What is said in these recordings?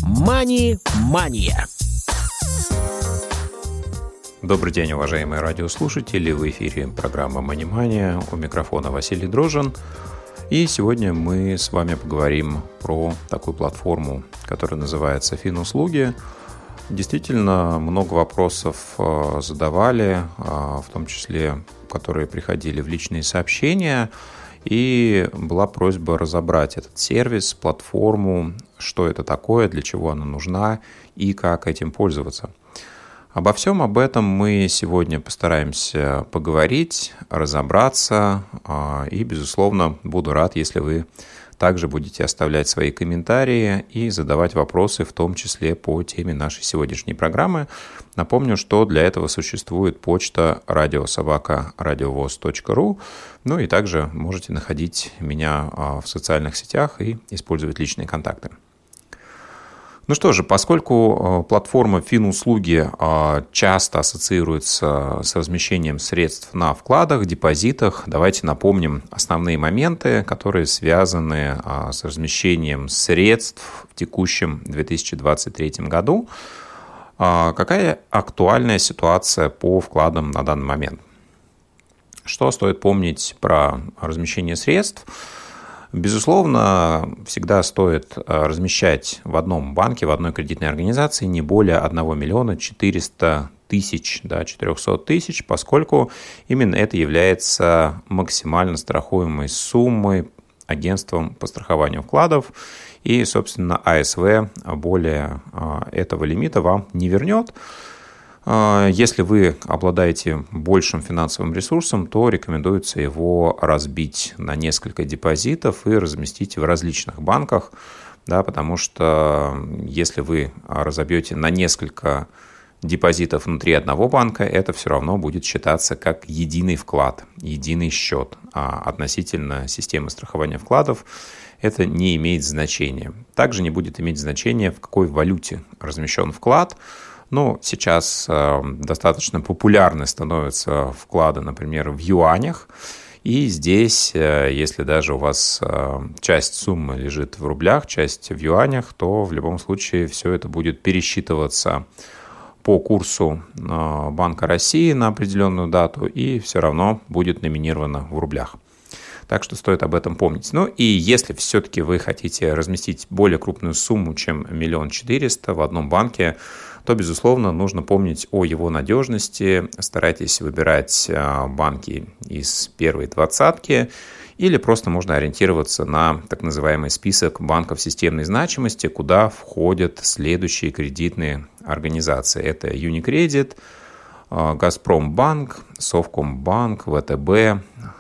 Мани-мания. Добрый день, уважаемые радиослушатели. В эфире программа «Мани-мания». У микрофона Василий Дрожжин. И сегодня мы с вами поговорим про такую платформу, которая называется Финуслуги. Действительно, много вопросов задавали, в том числе, которые приходили в личные сообщения. И была просьба разобрать этот сервис, платформу, что это такое, для чего она нужна и как этим пользоваться. Обо всем об этом мы сегодня постараемся поговорить, разобраться. И, безусловно, буду рад, если вы также будете оставлять свои комментарии и задавать вопросы, в том числе по теме нашей сегодняшней программы. Напомню, что для этого существует почта radio@radiovoz.ru. Ну и также можете находить меня в социальных сетях и использовать личные контакты. Ну что же, поскольку платформа Финуслуги часто ассоциируется с размещением средств на вкладах, депозитах, давайте напомним основные моменты, которые связаны с размещением средств в текущем 2023 году. Какая актуальная ситуация по вкладам на данный момент? Что стоит помнить про размещение средств? Безусловно, всегда стоит размещать в одном банке, в одной кредитной организации не более 1 миллиона 400 тысяч, 400 тысяч, поскольку именно это является максимально страхуемой суммой агентством по страхованию вкладов. И, собственно, АСВ более этого лимита вам не вернет. Если вы обладаете большим финансовым ресурсом, то рекомендуется его разбить на несколько депозитов и разместить в различных банках, потому что если вы разобьете на несколько депозитов внутри одного банка, это все равно будет считаться как единый вклад, единый счет. А относительно системы страхования вкладов это не имеет значения. Также не будет иметь значения, в какой валюте размещен вклад. Сейчас достаточно популярны становятся вклады, например, в юанях. И здесь, если даже у вас часть суммы лежит в рублях, часть в юанях, то в любом случае все это будет пересчитываться по курсу Банка России на определенную дату и все равно будет номинировано в рублях. Так что стоит об этом помнить. И если все-таки вы хотите разместить более крупную сумму, чем 1 400 000 в одном банке, то, безусловно, нужно помнить о его надежности. Старайтесь выбирать банки из первой двадцатки или просто можно ориентироваться на так называемый список банков системной значимости, куда входят следующие кредитные организации. Это Unicredit, Газпромбанк, Совкомбанк, ВТБ,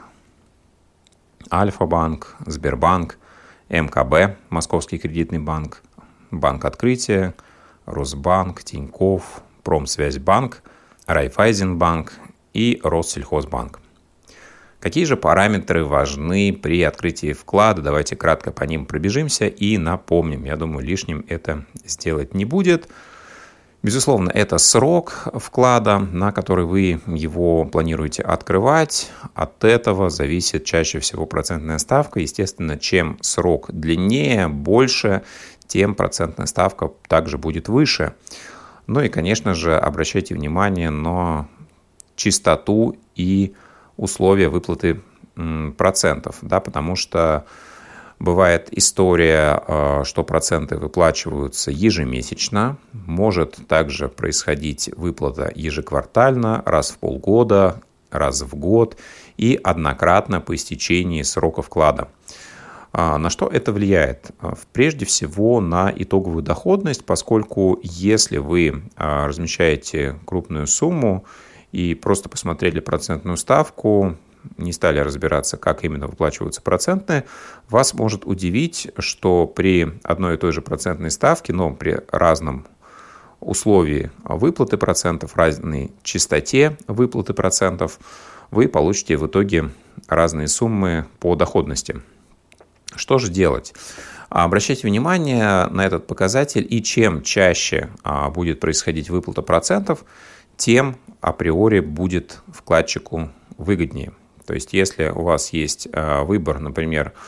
Альфа-банк, Сбербанк, МКБ, Московский кредитный банк, Банк Открытия, Росбанк, Тинькофф, Промсвязьбанк, Райфайзенбанк и Россельхозбанк. Какие же параметры важны при открытии вклада? Давайте кратко по ним пробежимся и напомним. Я думаю, лишним это сделать не будет. Безусловно, это срок вклада, на который вы его планируете открывать. От этого зависит чаще всего процентная ставка. Естественно, чем срок длиннее, больше, тем процентная ставка также будет выше. И, конечно же, обращайте внимание на частоту и условия выплаты процентов, потому что бывает история, что проценты выплачиваются ежемесячно. Может также происходить выплата ежеквартально, раз в полгода, раз в год и однократно по истечении срока вклада. На что это влияет? Прежде всего на итоговую доходность, поскольку если вы размещаете крупную сумму и просто посмотрели процентную ставку, не стали разбираться, как именно выплачиваются процентные, вас может удивить, что при одной и той же процентной ставке, но при разном условии выплаты процентов, разной частоте выплаты процентов, вы получите в итоге разные суммы по доходности. Что же делать? Обращайте внимание на этот показатель, и чем чаще будет происходить выплата процентов, тем априори будет вкладчику выгоднее. То есть, если у вас есть выбор, например,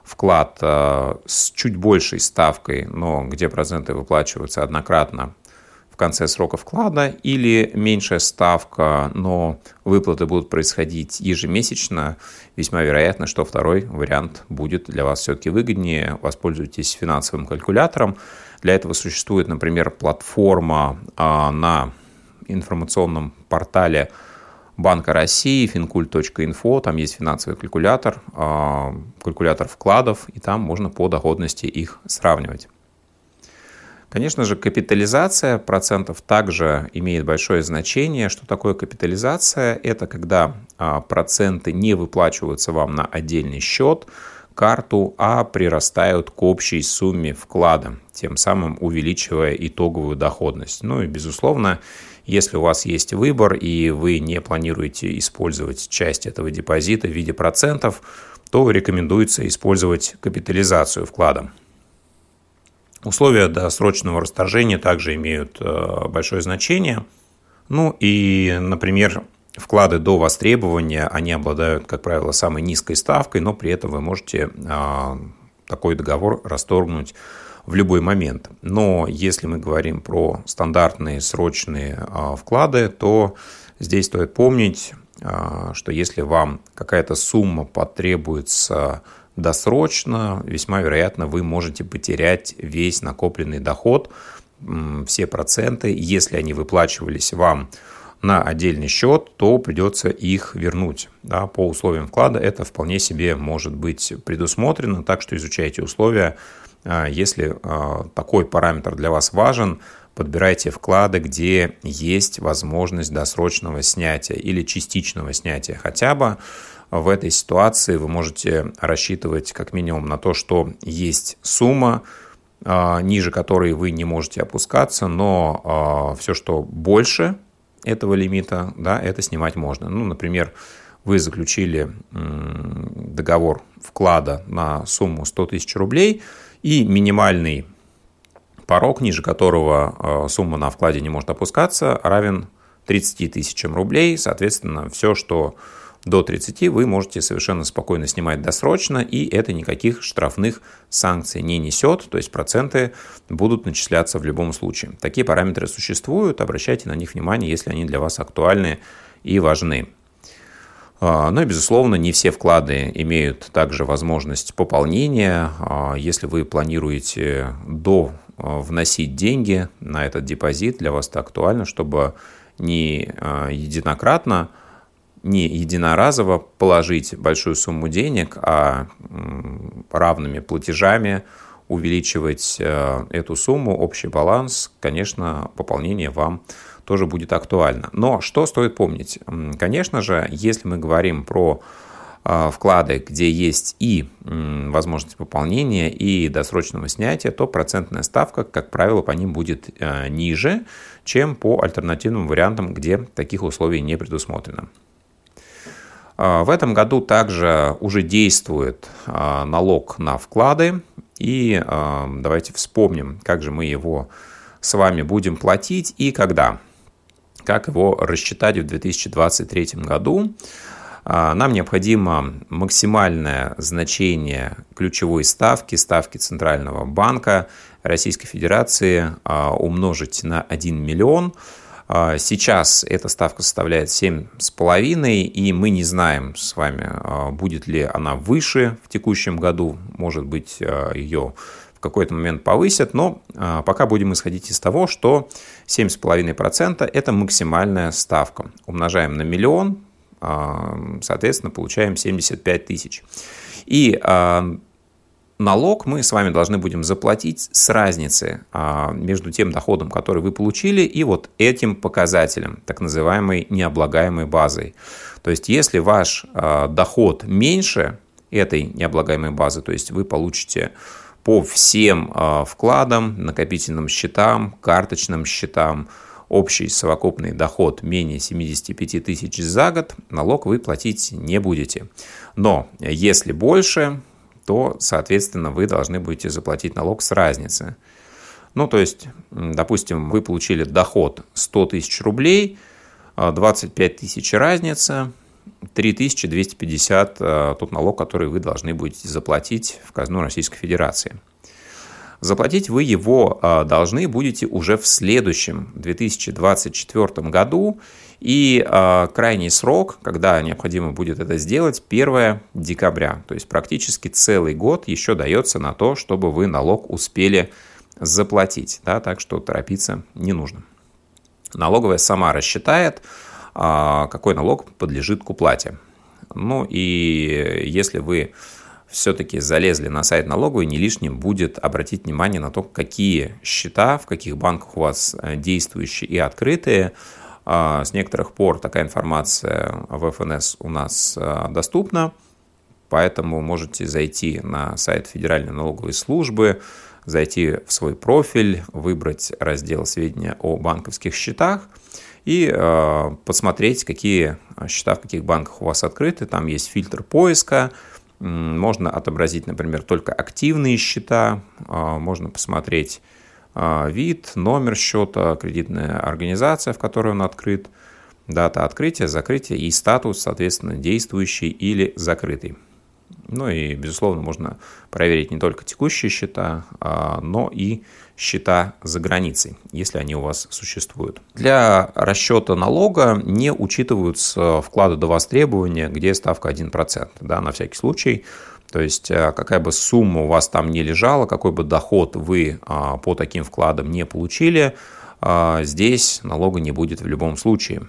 вклад с чуть большей ставкой, но где проценты выплачиваются однократно в конце срока вклада, или меньшая ставка, но выплаты будут происходить ежемесячно, весьма вероятно, что второй вариант будет для вас все-таки выгоднее. Воспользуйтесь финансовым калькулятором. Для этого существует, например, платформа на информационном портале Банка России, fincult.info, там есть финансовый калькулятор, калькулятор вкладов, и там можно по доходности их сравнивать. Конечно же, капитализация процентов также имеет большое значение. Что такое капитализация? Это когда проценты не выплачиваются вам на отдельный счет, карту, а прирастают к общей сумме вклада, тем самым увеличивая итоговую доходность. Ну и, безусловно, если у вас есть выбор и вы не планируете использовать часть этого депозита в виде процентов, то рекомендуется использовать капитализацию вклада. Условия досрочного расторжения также имеют большое значение. Ну и, например, вклады до востребования, они обладают, как правило, самой низкой ставкой, но при этом вы можете такой договор расторгнуть в любой момент. Но если мы говорим про стандартные срочные вклады, то здесь стоит помнить, что если вам какая-то сумма потребуется досрочно, весьма вероятно, вы можете потерять весь накопленный доход, все проценты. Если они выплачивались вам на отдельный счет, то придется их вернуть. Да, по условиям вклада это вполне себе может быть предусмотрено, так что изучайте условия. Если такой параметр для вас важен, подбирайте вклады, где есть возможность досрочного снятия или частичного снятия хотя бы. В этой ситуации вы можете рассчитывать как минимум на то, что есть сумма, ниже которой вы не можете опускаться, но все, что больше этого лимита, да, это снимать можно. Ну, например, вы заключили договор вклада на сумму 100 тысяч рублей, и минимальный порог, ниже которого сумма на вкладе не может опускаться, равен 30 тысячам рублей. Соответственно, все, что до 30 вы можете совершенно спокойно снимать досрочно, и это никаких штрафных санкций не несет, то есть проценты будут начисляться в любом случае. Такие параметры существуют, обращайте на них внимание, если они для вас актуальны и важны. Ну и, безусловно, не все вклады имеют также возможность пополнения. Если вы планируете вносить деньги на этот депозит, для вас это актуально, чтобы не единоразово положить большую сумму денег, а равными платежами увеличивать эту сумму, общий баланс, конечно, пополнение вам тоже будет актуально. Но что стоит помнить? Конечно же, если мы говорим про вклады, где есть и возможность пополнения, и досрочного снятия, то процентная ставка, как правило, по ним будет ниже, чем по альтернативным вариантам, где таких условий не предусмотрено. В этом году также уже действует налог на вклады, и давайте вспомним, как же мы его с вами будем платить и когда. Как его рассчитать в 2023 году. Нам необходимо максимальное значение ключевой ставки Центрального банка Российской Федерации умножить на 1 миллион. Сейчас эта ставка составляет 7,5, и мы не знаем с вами, будет ли она выше в текущем году, может быть, ее в какой-то момент повысят, но пока будем исходить из того, что 7,5% – это максимальная ставка. Умножаем на миллион, соответственно, получаем 75 тысяч. И налог мы с вами должны будем заплатить с разницы между тем доходом, который вы получили, и вот этим показателем, так называемой необлагаемой базой. То есть, если ваш доход меньше этой необлагаемой базы, то есть вы получите по всем вкладам, накопительным счетам, карточным счетам, общий совокупный доход менее 75 тысяч за год, налог вы платить не будете. Но если больше, то, соответственно, вы должны будете заплатить налог с разницы. Ну, то есть, допустим, вы получили доход 100 тысяч рублей, 25 тысяч разница, 3250 тот налог, который вы должны будете заплатить в казну Российской Федерации. Заплатить вы его должны будете уже в следующем 2024 году. И крайний срок, когда необходимо будет это сделать, 1 декабря. То есть практически целый год еще дается на то, чтобы вы налог успели заплатить. Да, так что торопиться не нужно. Налоговая сама рассчитает, какой налог подлежит к уплате. Ну и если вы все-таки залезли на сайт налоговой, не лишним будет обратить внимание на то, какие счета, в каких банках у вас действующие и открытые. С некоторых пор такая информация в ФНС у нас доступна, поэтому можете зайти на сайт Федеральной налоговой службы, зайти в свой профиль, выбрать раздел «Сведения о банковских счетах» и посмотреть, какие счета в каких банках у вас открыты. Там есть фильтр поиска. Можно отобразить, например, только активные счета, можно посмотреть вид, номер счета, кредитная организация, в которой он открыт, дата открытия, закрытия и статус, соответственно, действующий или закрытый. Ну и, безусловно, можно проверить не только текущие счета, но и счета за границей, если они у вас существуют. Для расчета налога не учитываются вклады до востребования, где ставка 1%, да, на всякий случай. То есть, какая бы сумма у вас там ни лежала, какой бы доход вы по таким вкладам не получили, здесь налога не будет в любом случае.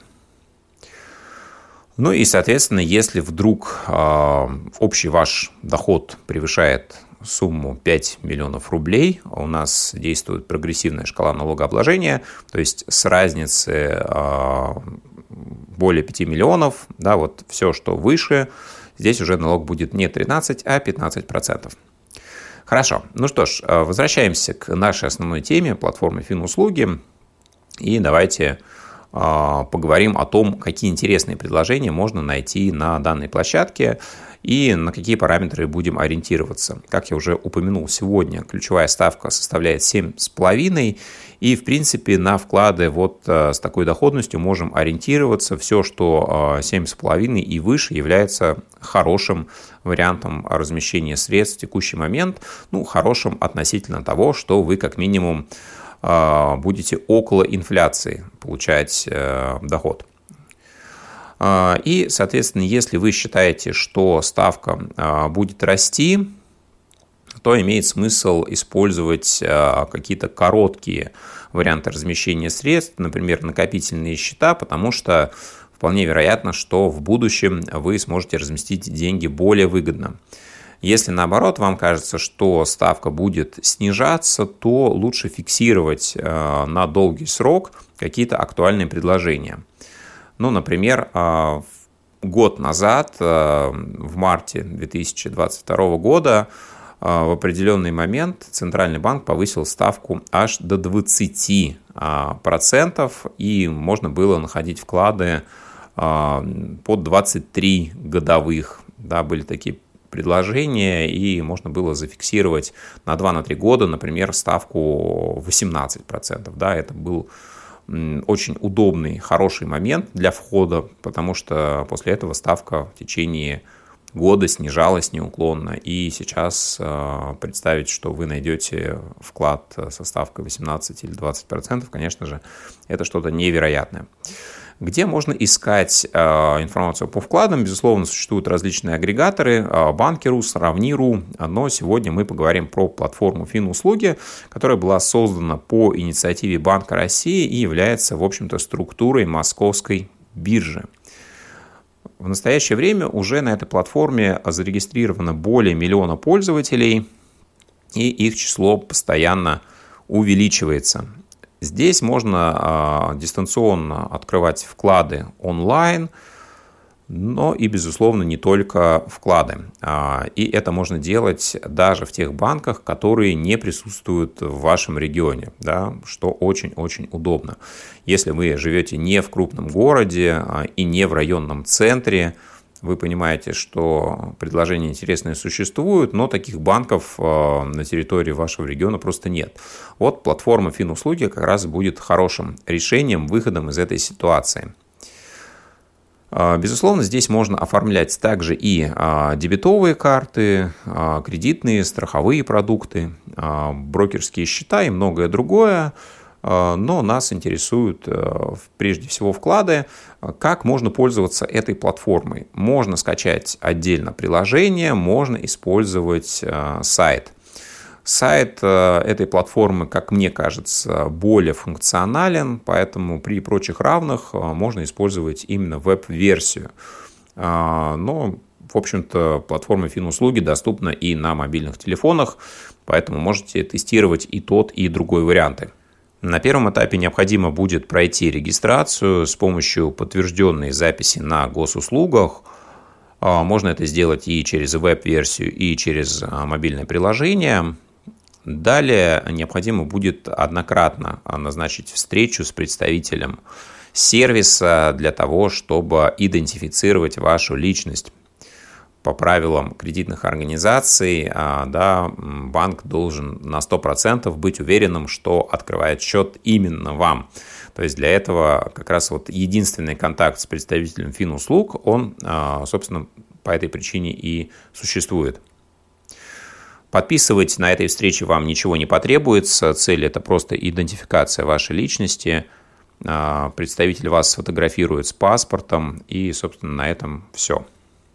Ну и, соответственно, если вдруг общий ваш доход превышает сумму 5 миллионов рублей, у нас действует прогрессивная шкала налогообложения, то есть с разницы более 5 миллионов, да, вот все, что выше, здесь уже налог будет не 13, а 15%. Хорошо, ну что ж, возвращаемся к нашей основной теме, платформе Финуслуги, и давайте поговорим о том, какие интересные предложения можно найти на данной площадке и на какие параметры будем ориентироваться. Как я уже упомянул, сегодня ключевая ставка составляет 7,5%, и, в принципе, на вклады вот с такой доходностью можем ориентироваться. Все, что 7,5% и выше, является хорошим вариантом размещения средств в текущий момент, ну, хорошим относительно того, что вы как минимум будете около инфляции получать доход. И, соответственно, если вы считаете, что ставка будет расти, то имеет смысл использовать какие-то короткие варианты размещения средств, например, накопительные счета, потому что вполне вероятно, что в будущем вы сможете разместить деньги более выгодно. Если, наоборот, вам кажется, что ставка будет снижаться, то лучше фиксировать на долгий срок какие-то актуальные предложения. Ну, например, год назад, в марте 2022 года, в определенный момент Центральный банк повысил ставку аж до 20%, и можно было находить вклады под 23 годовых. Да, были такие предложения, и можно было зафиксировать на 2-3 года, например, ставку 18%. Да, это был очень удобный, хороший момент для входа, потому что после этого ставка в течение года снижалась неуклонно. И сейчас представить, что вы найдете вклад со ставкой 18 или 20%, конечно же, это что-то невероятное. Где можно искать информацию по вкладам? Безусловно, существуют различные агрегаторы, Банки.ру, Сравни.ру, но сегодня мы поговорим про платформу Финуслуги, которая была создана по инициативе Банка России и является, в общем-то, структурой московской биржи. В настоящее время уже на этой платформе зарегистрировано более 1 миллиона пользователей, и их число постоянно увеличивается. Здесь можно дистанционно открывать вклады онлайн, но и, безусловно, не только вклады. И это можно делать даже в тех банках, которые не присутствуют в вашем регионе, да, что очень-очень удобно. Если вы живете не в крупном городе и не в районном центре, вы понимаете, что предложения интересные существуют, но таких банков на территории вашего региона просто нет. Вот платформа Финуслуги как раз будет хорошим решением, выходом из этой ситуации. Безусловно, здесь можно оформлять также и дебетовые карты, кредитные, страховые продукты, брокерские счета и многое другое. Но нас интересуют прежде всего вклады. Как можно пользоваться этой платформой? Можно скачать отдельно приложение, можно использовать сайт. Сайт этой платформы, как мне кажется, более функционален, поэтому при прочих равных можно использовать именно веб-версию. Но, в общем-то, платформа Финуслуги доступна и на мобильных телефонах, поэтому можете тестировать и тот, и другой варианты. На первом этапе необходимо будет пройти регистрацию с помощью подтвержденной записи на госуслугах. Можно это сделать и через веб-версию, и через мобильное приложение. Далее необходимо будет однократно назначить встречу с представителем сервиса для того, чтобы идентифицировать вашу личность. По правилам кредитных организаций, банк должен на 100% быть уверенным, что открывает счет именно вам. То есть для этого как раз вот единственный контакт с представителем Финуслуг, он, собственно, по этой причине и существует. Подписывать на этой встрече вам ничего не потребуется. Цель – это просто идентификация вашей личности. Представитель вас сфотографирует с паспортом, и, собственно, на этом все.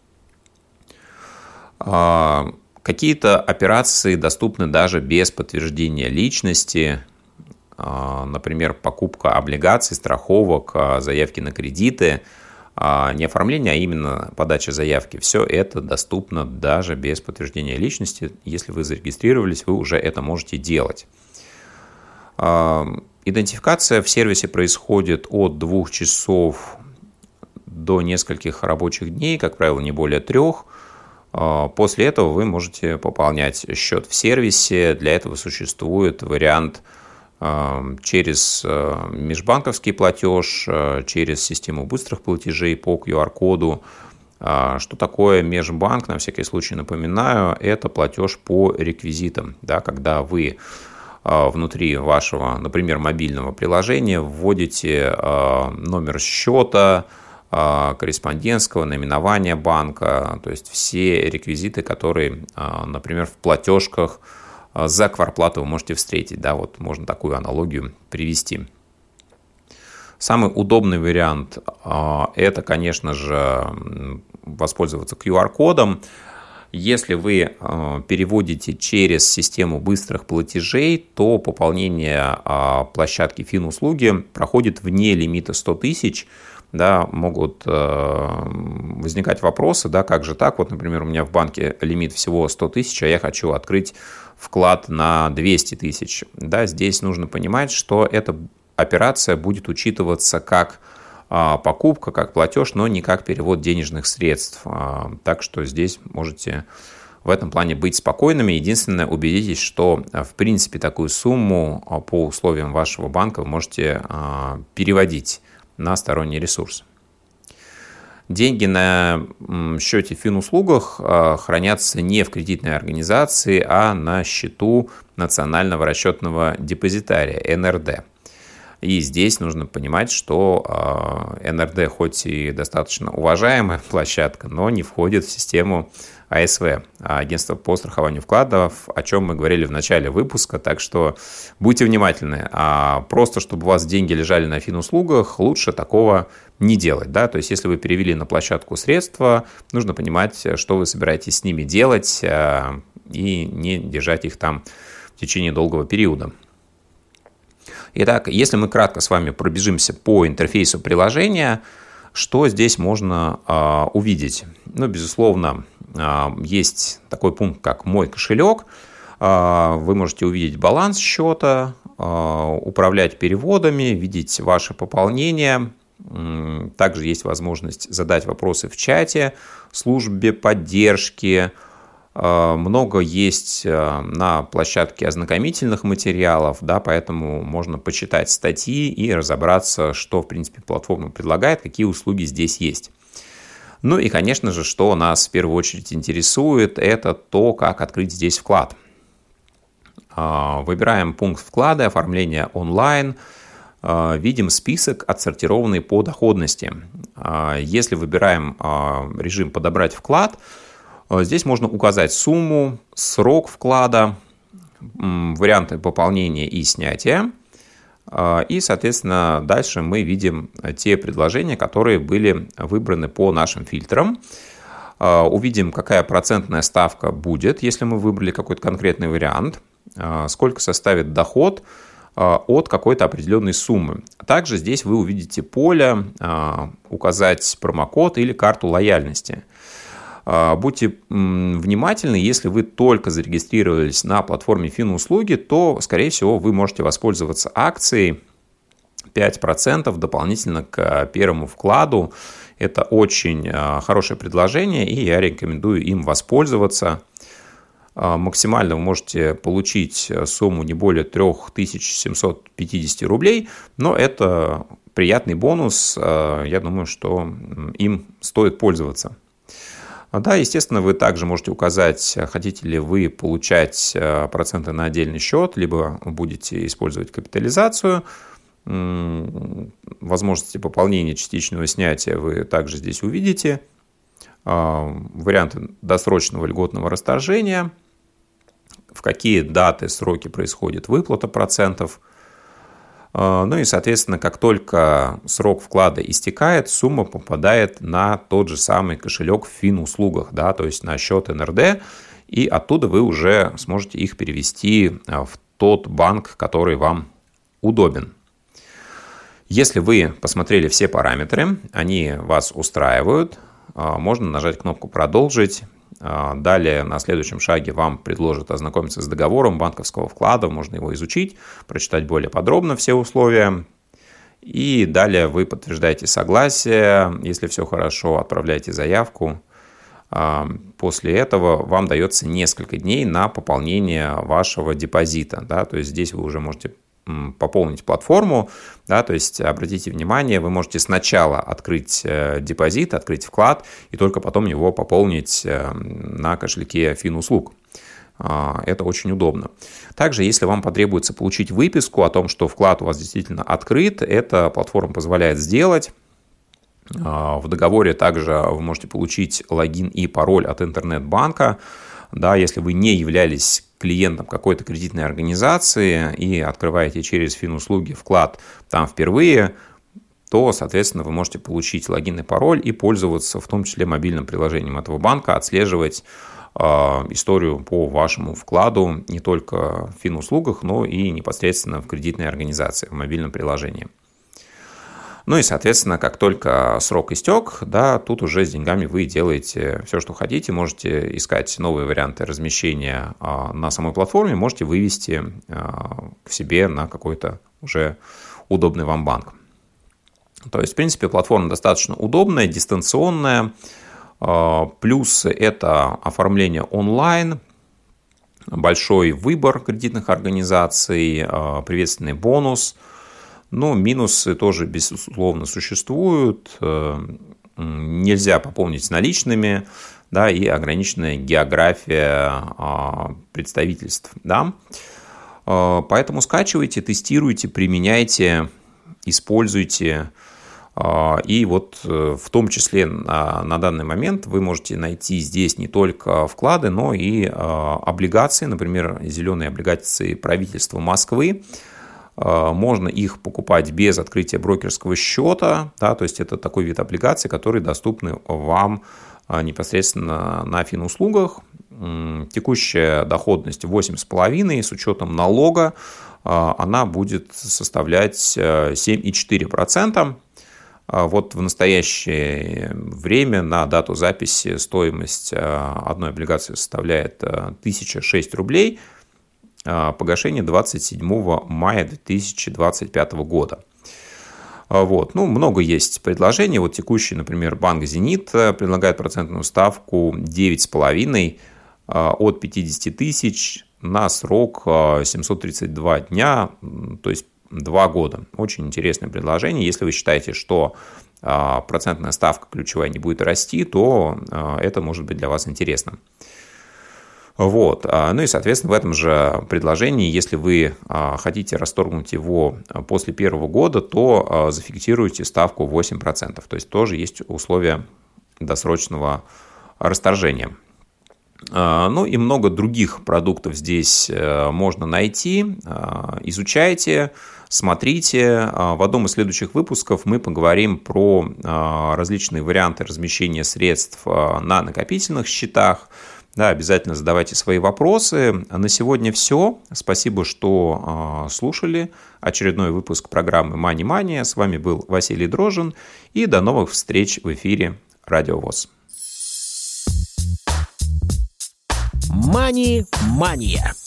Какие-то операции доступны даже без подтверждения личности. Например, покупка облигаций, страховок, заявки на кредиты. Не оформление, а именно подача заявки. Все это доступно даже без подтверждения личности. Если вы зарегистрировались, вы уже это можете делать. Идентификация в сервисе происходит от 2 часов до нескольких рабочих дней, как правило, не более 3. После этого вы можете пополнять счет в сервисе. Для этого существует вариант через межбанковский платеж, через систему быстрых платежей по QR-коду. Что такое межбанк? На всякий случай напоминаю, это платеж по реквизитам. Когда вы внутри вашего, например, мобильного приложения вводите номер счета, корреспондентского, наименование банка, то есть все реквизиты, которые, например, в платежках за квартплату вы можете встретить. Вот можно такую аналогию привести. Самый удобный вариант – это, конечно же, воспользоваться QR-кодом. Если вы переводите через систему быстрых платежей, то пополнение площадки Финуслуги проходит вне лимита 100 тысяч. Могут возникать вопросы, как же так, вот, например, у меня в банке лимит всего 100 тысяч, а я хочу открыть вклад на 200 тысяч. Здесь нужно понимать, что эта операция будет учитываться как покупка, как платеж, но не как перевод денежных средств. Так что здесь можете в этом плане быть спокойными. Единственное, убедитесь, что в принципе такую сумму по условиям вашего банка вы можете переводить на сторонний ресурс. Деньги на счете в Финуслугах хранятся не в кредитной организации, а на счету Национального расчетного депозитария, НРД. И здесь нужно понимать, что НРД хоть и достаточно уважаемая площадка, но не входит в систему АСВ, агентство по страхованию вкладов, о чем мы говорили в начале выпуска, так что будьте внимательны. Просто чтобы у вас деньги лежали на Финуслугах, лучше такого не делать. То есть если вы перевели на площадку средства, нужно понимать, что вы собираетесь с ними делать, и не держать их там в течение долгого периода. Итак, если мы кратко с вами пробежимся по интерфейсу приложения, что здесь можно увидеть? Безусловно, есть такой пункт, как «Мой кошелек». Вы можете увидеть баланс счета, управлять переводами, видеть ваши пополнения. Также есть возможность задать вопросы в чате, службе поддержки. Много есть на площадке ознакомительных материалов, поэтому можно почитать статьи и разобраться, что, в принципе, платформа предлагает, какие услуги здесь есть. И, конечно же, что нас в первую очередь интересует, это то, как открыть здесь вклад. Выбираем пункт вклада, оформление онлайн. видим список, отсортированный по доходности. Если выбираем режим «Подобрать вклад», здесь можно указать сумму, срок вклада, варианты пополнения и снятия. И, соответственно, дальше мы видим те предложения, которые были выбраны по нашим фильтрам. Увидим, какая процентная ставка будет, если мы выбрали какой-то конкретный вариант, сколько составит доход от какой-то определенной суммы. Также здесь вы увидите поле «Указать промокод» или «Карту лояльности». Будьте внимательны, если вы только зарегистрировались на платформе Финуслуги, то, скорее всего, вы можете воспользоваться акцией 5% дополнительно к первому вкладу. Это очень хорошее предложение, и я рекомендую им воспользоваться. Максимально вы можете получить сумму не более 3750 рублей, но это приятный бонус, я думаю, что им стоит пользоваться. Да, естественно, вы также можете указать, хотите ли вы получать проценты на отдельный счет, либо будете использовать капитализацию. Возможности пополнения, частичного снятия вы также здесь увидите. Варианты досрочного льготного расторжения, в какие даты, сроки происходит выплата процентов. Ну и, соответственно, как только срок вклада истекает, сумма попадает на тот же самый кошелек в Финуслугах, да, то есть на счет НРД, и оттуда вы уже сможете их перевести в тот банк, который вам удобен. Если вы посмотрели все параметры, они вас устраивают, можно нажать кнопку «Продолжить». Далее на следующем шаге вам предложат ознакомиться с договором банковского вклада, можно его изучить, прочитать более подробно все условия. И далее вы подтверждаете согласие, если все хорошо, отправляете заявку. После этого вам дается несколько дней на пополнение вашего депозита. Да, то есть здесь вы уже можете пополнить платформу, да, то есть обратите внимание, вы можете сначала открыть депозит, открыть вклад и только потом его пополнить на кошельке Финуслуг. Это очень удобно. Также, если вам потребуется получить выписку о том, что вклад у вас действительно открыт, эта платформа позволяет сделать. В договоре также вы можете получить логин и пароль от интернет-банка. Да, если вы не являлись клиентом какой-то кредитной организации и открываете через Финуслуги вклад там впервые, то, соответственно, вы можете получить логин и пароль и пользоваться в том числе мобильным приложением этого банка, отслеживать историю по вашему вкладу не только в Финуслугах, но и непосредственно в кредитной организации, в мобильном приложении. Ну и, соответственно, как только срок истек, да, тут уже с деньгами вы делаете все, что хотите. Можете искать новые варианты размещения на самой платформе, можете вывести к себе на какой-то уже удобный вам банк. То есть, в принципе, платформа достаточно удобная, дистанционная. Плюсы – это оформление онлайн, большой выбор кредитных организаций, приветственный бонус. Но минусы тоже, безусловно, существуют. Нельзя пополнить наличными, да, и ограниченная география представительств. Да. Поэтому скачивайте, тестируйте, применяйте, используйте. И вот в том числе на данный момент вы можете найти здесь не только вклады, но и облигации, например, зеленые облигации правительства Москвы. Можно их покупать без открытия брокерского счета, да, то есть это такой вид облигаций, которые доступны вам непосредственно на Финуслугах. Текущая доходность 8,5%, с учетом налога она будет составлять 7,4%. Вот в настоящее время на дату записи стоимость одной облигации составляет 1006 рублей. Погашение 27 мая 2025 года. Вот. Ну, много есть предложений. Вот текущий, например, банк «Зенит» предлагает процентную ставку 9,5 от 50 тысяч на срок 732 дня, то есть 2 года. Очень интересное предложение. Если вы считаете, что процентная ставка ключевая не будет расти, то это может быть для вас интересно. Вот. Ну и, соответственно, в этом же предложении, если вы хотите расторгнуть его после первого года, то зафиксируйте ставку 8%. То есть тоже есть условия досрочного расторжения. Ну и много других продуктов здесь можно найти. Изучайте, смотрите. В одном из следующих выпусков мы поговорим про различные варианты размещения средств на накопительных счетах. Да, обязательно задавайте свои вопросы. На сегодня все. Спасибо, что слушали очередной выпуск программы Money Mania. С вами был Василий Дрожжин. И до новых встреч в эфире Радио ВОС. Money Mania.